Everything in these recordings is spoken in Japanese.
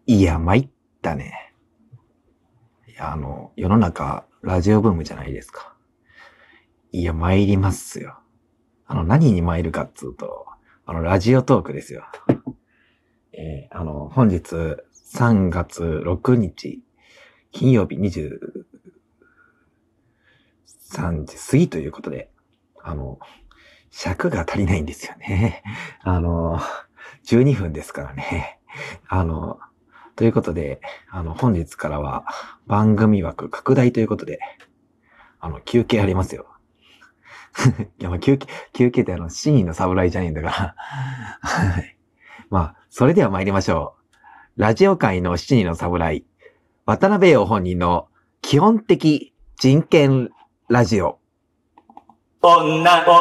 いや、参ったね。いや、世の中、ラジオブームじゃないですか。いや、参りますよ。何に参るかっつうと、ラジオトークですよ。本日、3月6日、金曜日23時過ぎということで、尺が足りないんですよね。12分ですからね。ということで、本日からは番組枠拡大ということで、休憩ありますよ。いや、休憩って真意の侍じゃねえんだから。はい。それでは参りましょう。ラジオ界の七人の侍、渡辺陽本人の基本的人権ラジオ。 女、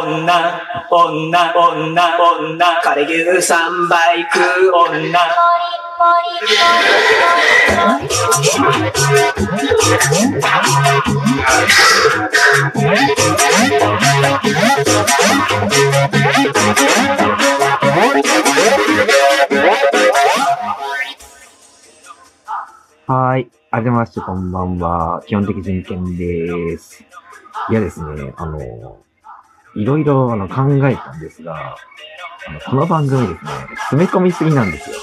枯れ牛3倍食う女。 はい。ありまして、こんばんは。基本的人権です。いやですね、いろいろ考えたんですが、この番組ですね、詰め込みすぎなんですよ。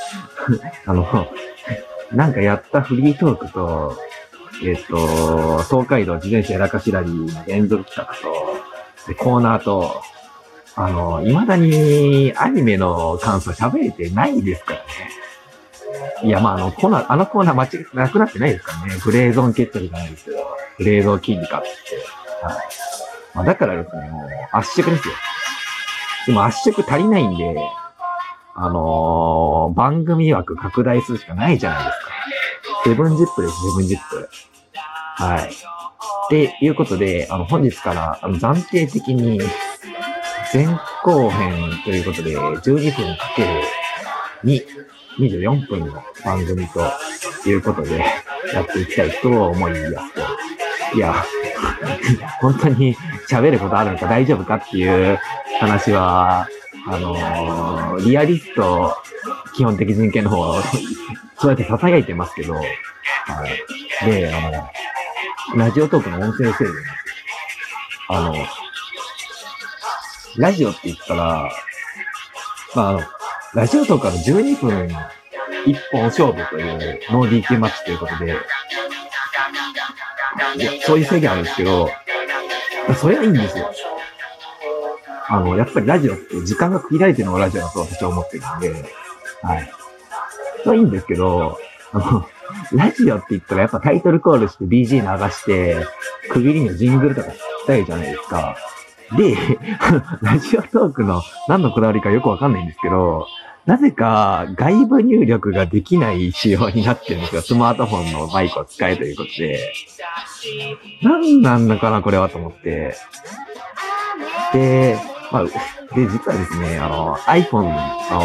なんかやったフリートークと、東海道自転車やらかしラリーの連続企画と、でコーナーと、未だにアニメの感想喋れてないですからね。いや、あのコーナー間違いなくなってないですからね。グレーゾーン決闘じゃないですけど、グレーゾーン金利かって言って。はい。だからですね、もう圧縮ですよ。でも圧縮足りないんで、番組枠拡大するしかないじゃないですか。セブンジップです、セブンジップ。はい。っていうことで、本日から、暫定的に、前後編ということで、12分かける2、24分の番組ということで、やっていきたいと思います。いや、本当に喋ることあるのか大丈夫かっていう話は、リアリスト基本的人権の方、そうやって囁いてますけど、はい。で、ラジオトークの音声制限。ラジオって言ったら、ラジオトークは12分一本勝負というノー DQ マッチということで、いや、そういう制限あるんですけど、それはいいんですよ。やっぱりラジオって時間が区切られてるのがラジオだと私は思ってるんで、はい。それはいいんですけど、ラジオって言ったらやっぱタイトルコールして BG 流して、区切りのジングルとか聞きたいじゃないですか。で、ラジオトークの何のこだわりかよくわかんないんですけど、なぜか外部入力ができない仕様になってるんですよ。スマートフォンのマイクを使えということで。何なんだかな、これはと思って。で、実はですね、iPhone の、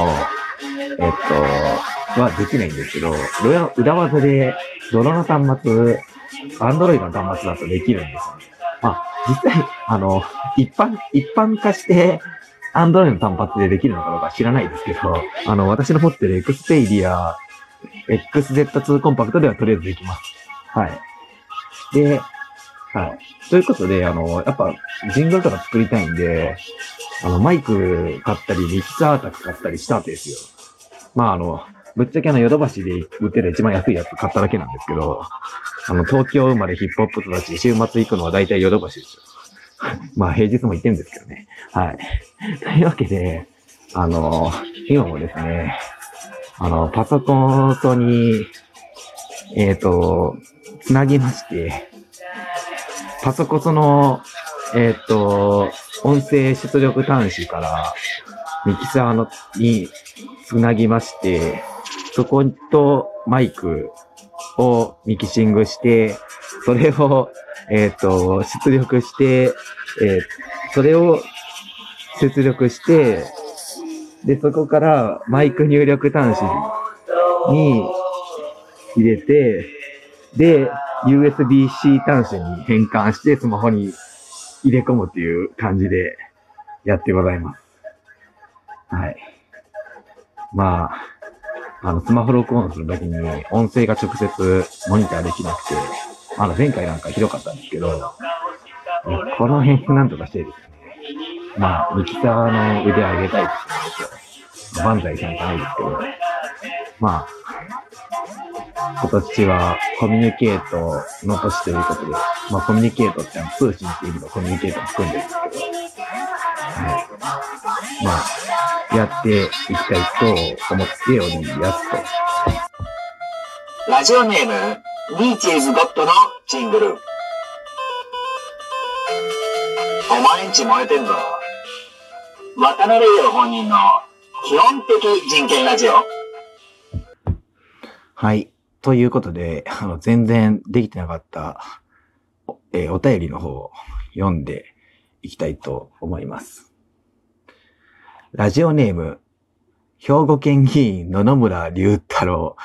はできないんですけど、裏技で、泥の端末、Android の端末だとできるんですよね。実際、一般化して、Android の端末でできるのかどうか知らないですけど、私の持ってる Xperia XZ2 コンパクトではとりあえずできます。はい。で、はい。ということで、やっぱ、ジングルとか作りたいんで、マイク買ったり、ミキサータ買ったりしたわけですよ。ぶっちゃけヨドバシで売ってる一番安いやつ買っただけなんですけど、東京生まれヒップホップ育ち、週末行くのは大体ヨドバシですよ。平日も行ってるんですけどね。はい。というわけで、今もですね、パソコンとに、つなぎまして、パソコンの、音声出力端子からミキサーのにつなぎまして、そことマイクをミキシングして、それを、出力して、それを出力して、で、そこからマイク入力端子に入れて、で、USB-C 端子に変換してスマホに入れ込むっていう感じでやってございます。はい。 スマホ録音するときに音声が直接モニターできなくて、前回なんかひどかったんですけど、この辺なんとかしてですね、ミキサーの腕上げたいですよ。万歳さんじゃないですけど、今年はコミュニケートの年ということで、コミュニケートって通信っていう意味のコミュニケートを含んでるんですけど、やっていきたいと思っておりますと。 ラジオネーム、ニーチェーズゴッドのジングル。お前んち燃えてんぞ。渡辺優本人の基本的人権ラジオ。 はい。ということで、全然できてなかったお便りの方を読んでいきたいと思います。ラジオネーム、兵庫県議員野々村隆太郎。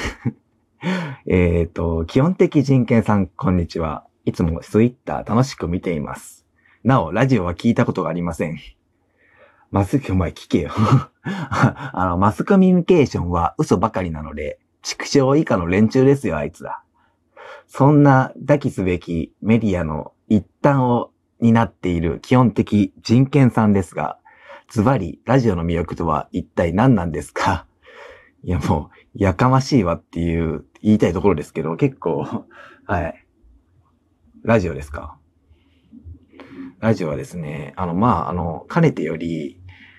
基本的人権さん、こんにちは。いつもツイッター楽しく見ています。なお、ラジオは聞いたことがありません。お前聞けよ。マスコミュニケーションは嘘ばかりなので、畜生以下の連中ですよ、あいつら。そんな抱きすべきメディアの一端を担っている基本的人権さんですが、ズバリラジオの魅力とは一体何なんですか？いやもう、やかましいわって言いたいところですけど、結構、はい。ラジオですか？ラジオはですね、かねてより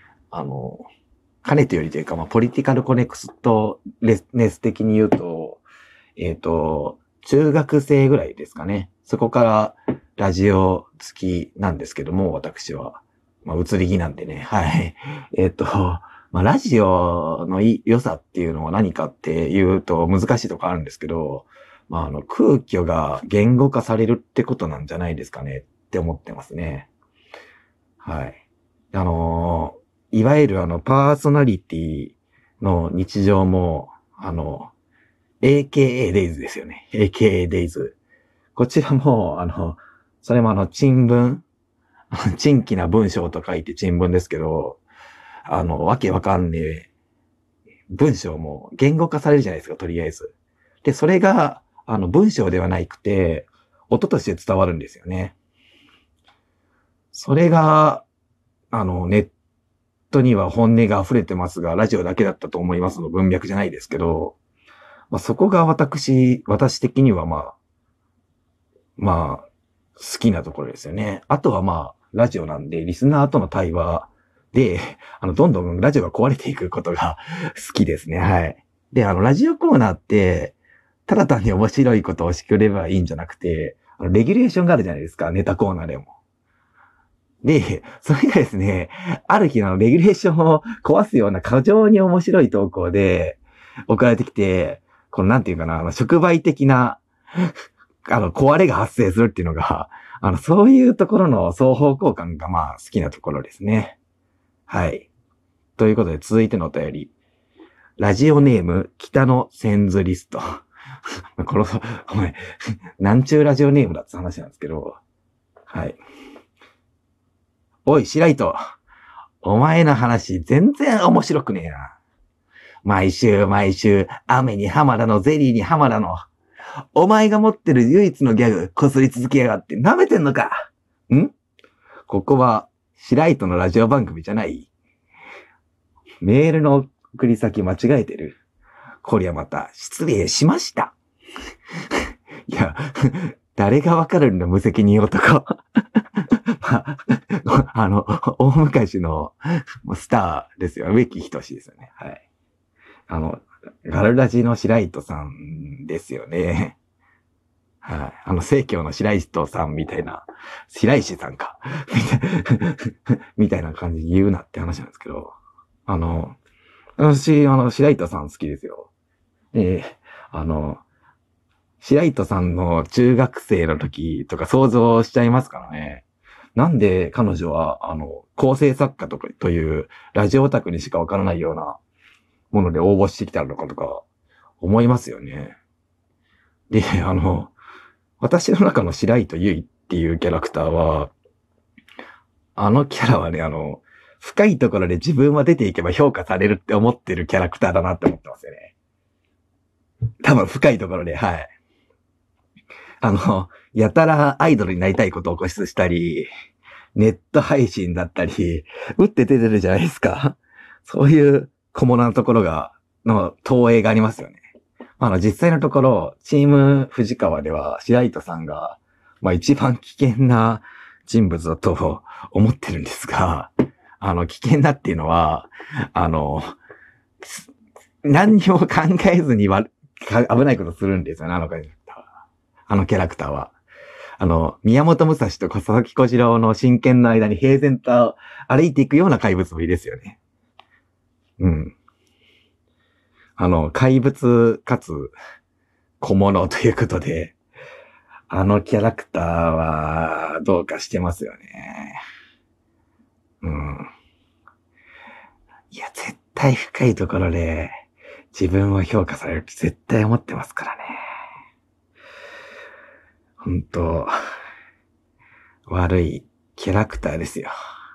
というか、ポリティカルコネクトネス的に言うと、中学生ぐらいですかね。そこからラジオ好きなんですけども、私は。移り気なんでね。はい。ラジオの良さっていうのは何かっていうと難しいところあるんですけど、空虚が言語化されるってことなんじゃないですかねって思ってますね。はい。いわゆるパーソナリティの日常も、AKA Days ですよね。AKA Days。こちらも、それも珍文珍奇な文章と書いて珍文ですけど、わけわかんねえ文章も言語化されるじゃないですか、とりあえず。で、それが、文章ではなくて、音として伝わるんですよね。それが、ネットには本音が溢れてますが、ラジオだけだったと思いますの文脈じゃないですけど、そこが私的には好きなところですよね。あとはラジオなんで、リスナーとの対話で、どんどんラジオが壊れていくことが好きですね。はい。で、ラジオコーナーって、ただ単に面白いことをしてくれればいいんじゃなくて、レギュレーションがあるじゃないですか、ネタコーナーでも。で、それがですね、ある日レギュレーションを壊すような過剰に面白い投稿で送られてきて、なんていうかな、触媒的な、壊れが発生するっていうのが、そういうところの双方向感が好きなところですね。はい。ということで続いてのお便り。ラジオネーム、北のセンズリスト。お前、なんちゅうラジオネームだって話なんですけど。はい。おい、白糸。お前の話全然面白くねえな。毎週、雨に浜田のゼリーに浜田の。お前が持ってる唯一のギャグ、こすり続けやがって舐めてんのか？ここは、白糸のラジオ番組じゃない？メールの送り先間違えてる。こりゃまた、失礼しました。いや、誰がわかるんだ、無責任男。大昔のスターですよ。植木仁ですよね。はい。ガルラジの白糸さんですよね。はい。生協の白糸さんみたいな、白石さんか。みたいな感じで言うなって話なんですけど。私、白糸さん好きですよ。白糸さんの中学生の時とか想像しちゃいますからね。なんで彼女は、構成作家というラジオオタクにしかわからないようなもので応募してきたのかとか思いますよね。で、私の中の白糸結衣っていうキャラクターは、キャラはね、深いところで自分は出ていけば評価されるって思ってるキャラクターだなって思ってますよね。 多分深いところで、はい。やたらアイドルになりたいことを固執したり、ネット配信だったり、打って出てるじゃないですか。そういう小物のところの投影がありますよね。実際のところ、チーム藤川では白糸さんが、一番危険な人物だと思ってるんですが、危険だっていうのは、何にも考えずに危ないことするんですよね、あのキャラクターは。宮本武蔵と佐々木小次郎の真剣の間に平然と歩いていくような怪物ぶりですよね。うん。怪物かつ小物ということで、あのキャラクターはどうかしてますよね。うん。いや、絶対深いところで自分を評価されるって絶対思ってますからね。本当悪いキャラクターですよ。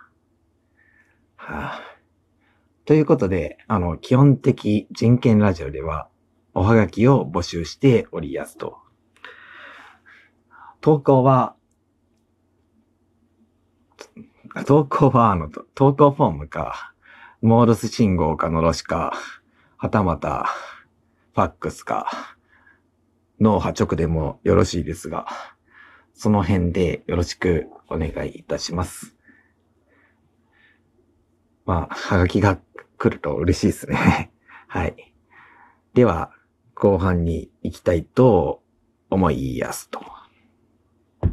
はあ、ということで、基本的人権ラジオでは、おはがきを募集しておりやすと。投稿は投稿フォームか、モールス信号かのろしか、はたまた、ファックスか、脳波直でもよろしいですが、その辺でよろしくお願いいたします。はがきが来ると嬉しいですね。はい。では、後半に行きたいと思いやすと。